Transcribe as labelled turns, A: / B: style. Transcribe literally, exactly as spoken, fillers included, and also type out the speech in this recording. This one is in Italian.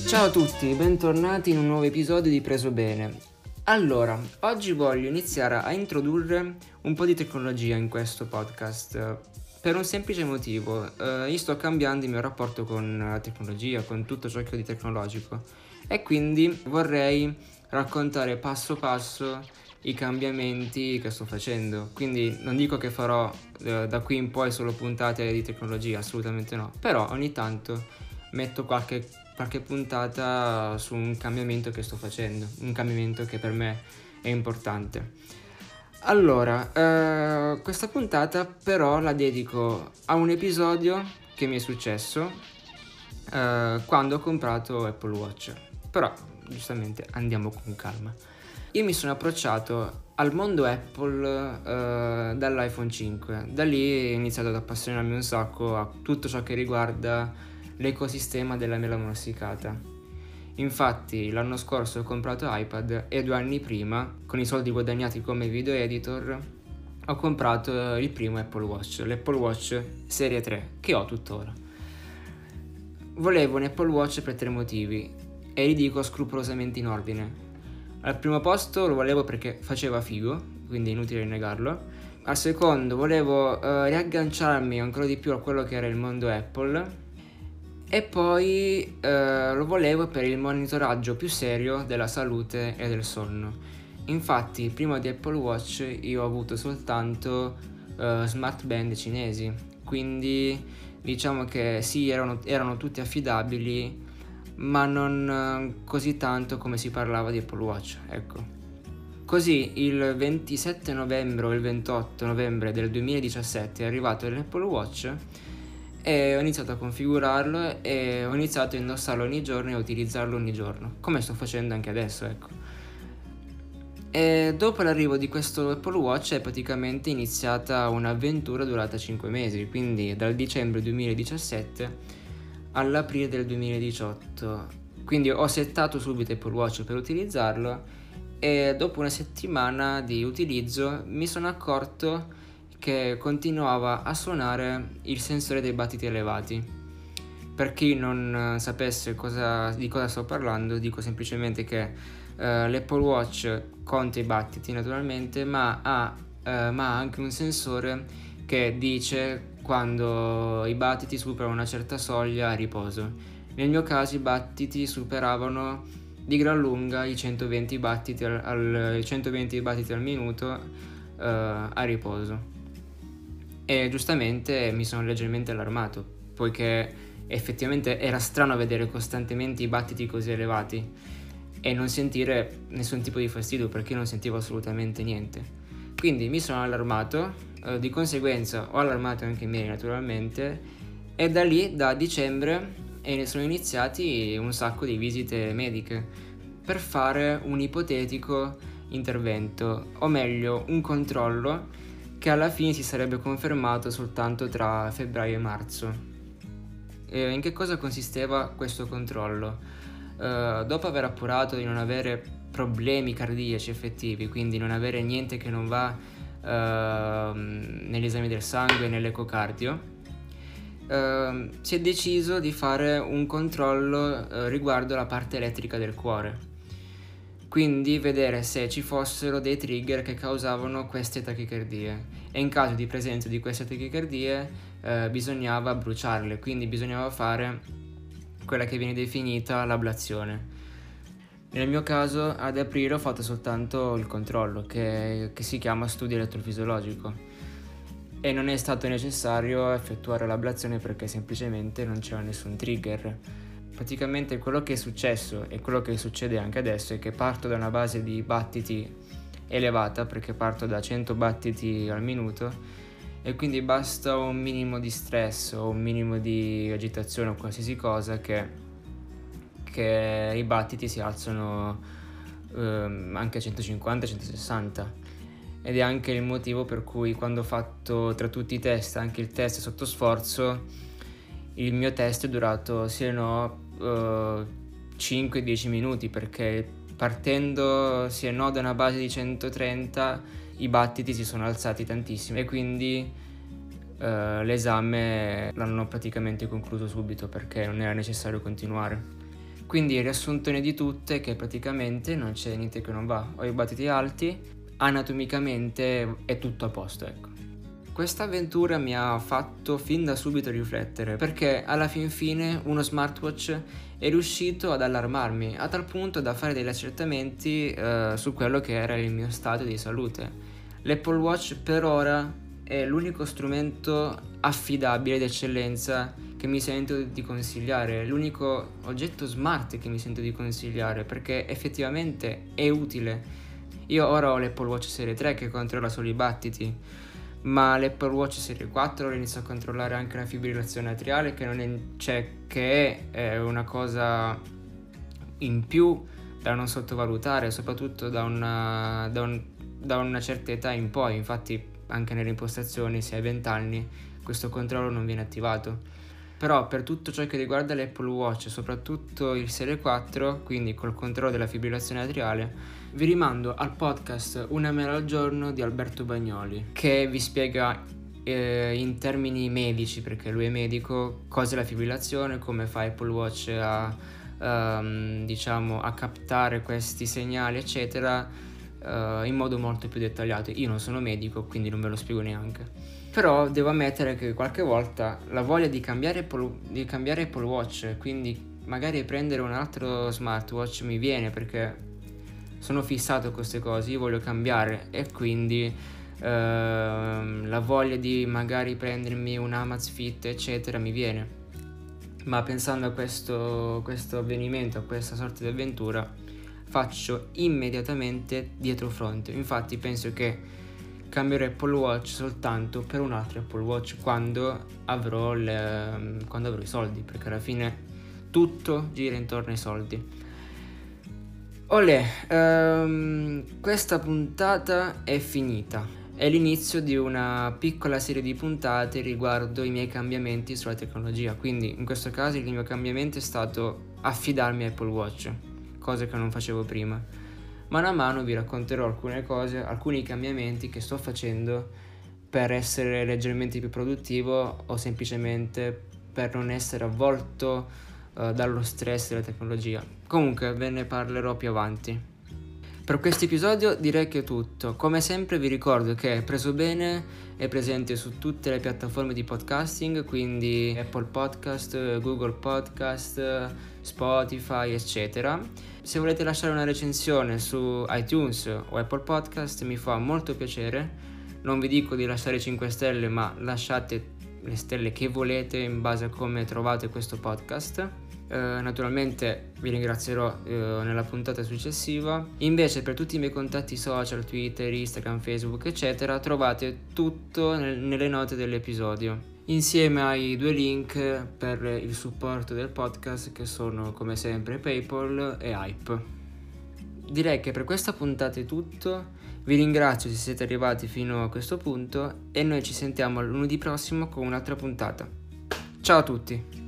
A: Ciao a tutti, bentornati in un nuovo episodio di Preso Bene. Allora, oggi voglio iniziare a introdurre un po' di tecnologia in questo podcast per un semplice motivo. Eh, io sto cambiando il mio rapporto con la tecnologia, con tutto ciò che ho di tecnologico e quindi vorrei raccontare passo passo i cambiamenti che sto facendo. Quindi non dico che farò eh, da qui in poi solo puntate di tecnologia, assolutamente no, però ogni tanto metto qualche qualche puntata su un cambiamento che sto facendo, un cambiamento che per me è importante. Allora, eh, questa puntata però la dedico a un episodio che mi è successo eh, quando ho comprato Apple Watch. Però, giustamente, andiamo con calma. Io mi sono approcciato al mondo Apple eh, dall'iPhone cinque. Da lì ho iniziato ad appassionarmi un sacco a tutto ciò che riguarda l'ecosistema della mela morsicata. Infatti l'anno scorso ho comprato iPad e due anni prima, con i soldi guadagnati come video editor, ho comprato il primo Apple Watch, l'Apple Watch Serie tre, che ho tuttora. Volevo un Apple Watch per tre motivi e li dico scrupolosamente in ordine. Al primo posto lo volevo perché faceva figo, quindi è inutile negarlo. Al secondo volevo eh, riagganciarmi ancora di più a quello che era il mondo Apple. E poi eh, lo volevo per il monitoraggio più serio della salute e del sonno. Infatti prima di Apple Watch io ho avuto soltanto eh, smart band cinesi, quindi diciamo che sì, erano, erano tutti affidabili, ma non eh, così tanto come si parlava di Apple Watch, ecco. Così il ventisette novembre o il ventotto novembre del duemiladiciassette è arrivato l'Apple Watch e ho iniziato a configurarlo e ho iniziato a indossarlo ogni giorno e a utilizzarlo ogni giorno, come sto facendo anche adesso, ecco. E dopo l'arrivo di questo Apple Watch è praticamente iniziata un'avventura durata cinque mesi, quindi dal dicembre duemiladiciassette all'aprile del duemiladiciotto. Quindi ho settato subito Apple Watch per utilizzarlo e dopo una settimana di utilizzo mi sono accorto che continuava a suonare il sensore dei battiti elevati. Per chi non sapesse cosa, di cosa sto parlando, dico semplicemente che eh, l'Apple Watch conta i battiti naturalmente, ma ha, eh, ma ha anche un sensore che dice quando i battiti superano una certa soglia a riposo. Nel mio caso i battiti superavano di gran lunga i centoventi battiti al, al, centoventi battiti al minuto eh, a riposo. E giustamente mi sono leggermente allarmato, poiché effettivamente era strano vedere costantemente i battiti così elevati e non sentire nessun tipo di fastidio, perché io non sentivo assolutamente niente. Quindi mi sono allarmato, eh, di conseguenza ho allarmato anche i miei naturalmente, e da lì, da dicembre, sono iniziati un sacco di visite mediche per fare un ipotetico intervento, o meglio un controllo che alla fine si sarebbe confermato soltanto tra febbraio e marzo. E in che cosa consisteva questo controllo? Uh, dopo aver appurato di non avere problemi cardiaci effettivi, quindi non avere niente che non va uh, negli esami del sangue e nell'ecocardio, uh, si è deciso di fare un controllo uh, riguardo la parte elettrica del cuore. Quindi vedere se ci fossero dei trigger che causavano queste tachicardie e in caso di presenza di queste tachicardie eh, bisognava bruciarle, quindi bisognava fare quella che viene definita l'ablazione. Nel mio caso ad aprile ho fatto soltanto il controllo che, che si chiama studio elettrofisiologico e non è stato necessario effettuare l'ablazione perché semplicemente non c'era nessun trigger. Praticamente quello che è successo e quello che succede anche adesso è che parto da una base di battiti elevata, perché parto da cento battiti al minuto, e quindi basta un minimo di stress o un minimo di agitazione o qualsiasi cosa che, che i battiti si alzano ehm, anche a centocinquanta centosessanta. Ed è anche il motivo per cui quando ho fatto tra tutti i test, anche il test sotto sforzo, il mio test è durato sì e no Uh, cinque dieci minuti, perché partendo sì e no da una base di centotrenta i battiti si sono alzati tantissimo e quindi uh, l'esame l'hanno praticamente concluso subito perché non era necessario continuare. Quindi il riassuntone di tutto è che praticamente non c'è niente che non va. Ho i battiti alti, anatomicamente è tutto a posto, ecco. Questa avventura mi ha fatto fin da subito riflettere, perché alla fin fine uno smartwatch è riuscito ad allarmarmi, a tal punto da fare degli accertamenti eh, su quello che era il mio stato di salute. L'Apple Watch per ora è l'unico strumento affidabile d'eccellenza che mi sento di consigliare, l'unico oggetto smart che mi sento di consigliare, perché effettivamente è utile. Io ora ho l'Apple Watch Serie tre che controlla solo i battiti, ma l'Apple Watch Serie quattro inizia a controllare anche la fibrillazione atriale, che non è, cioè, che è una cosa in più da non sottovalutare, soprattutto da una, da un, da una certa età in poi. Infatti anche nelle impostazioni, se hai venti anni, questo controllo non viene attivato. Però per tutto ciò che riguarda l'Apple Watch, soprattutto il Serie quattro, quindi col controllo della fibrillazione atriale, vi rimando al podcast Una mela al giorno di Alberto Bagnoli, che vi spiega eh, in termini medici, perché lui è medico, cos'è la fibrillazione, come fa Apple Watch a, um, diciamo, a captare questi segnali, eccetera, uh, in modo molto più dettagliato. Io non sono medico, quindi non ve lo spiego neanche. Però devo ammettere che qualche volta la voglia di cambiare Apple, di cambiare Apple Watch, quindi magari prendere un altro smartwatch, mi viene, perché sono fissato con queste cose, io voglio cambiare, e quindi ehm, la voglia di magari prendermi un Amazfit eccetera mi viene. Ma pensando a questo, questo avvenimento, a questa sorta di avventura, faccio immediatamente dietro fronte. Infatti penso che cambierò Apple Watch soltanto per un altro Apple Watch quando avrò, le, quando avrò i soldi, perché alla fine tutto gira intorno ai soldi. Olè, um, questa puntata è finita. È l'inizio di una piccola serie di puntate riguardo i miei cambiamenti sulla tecnologia. Quindi in questo caso il mio cambiamento è stato affidarmi a Apple Watch, cosa che non facevo prima. Mano a mano vi racconterò alcune cose, alcuni cambiamenti che sto facendo per essere leggermente più produttivo o semplicemente per non essere avvolto uh, dallo stress della tecnologia. Comunque ve ne parlerò più avanti. Per questo episodio direi che è tutto. Come sempre vi ricordo che Preso Bene è presente su tutte le piattaforme di podcasting, quindi Apple Podcast, Google Podcast, Spotify, eccetera. Se volete lasciare una recensione su iTunes o Apple Podcast mi fa molto piacere. Non vi dico di lasciare cinque stelle, ma lasciate le stelle che volete in base a come trovate questo podcast. Uh, naturalmente vi ringrazierò uh, nella puntata successiva. Invece per tutti i miei contatti social, Twitter, Instagram, Facebook eccetera, trovate tutto nel, nelle note dell'episodio, insieme ai due link per il supporto del podcast, che sono come sempre PayPal e Hype. Direi che per questa puntata è tutto. Vi ringrazio se siete arrivati fino a questo punto e noi ci sentiamo lunedì prossimo con un'altra puntata. Ciao a tutti!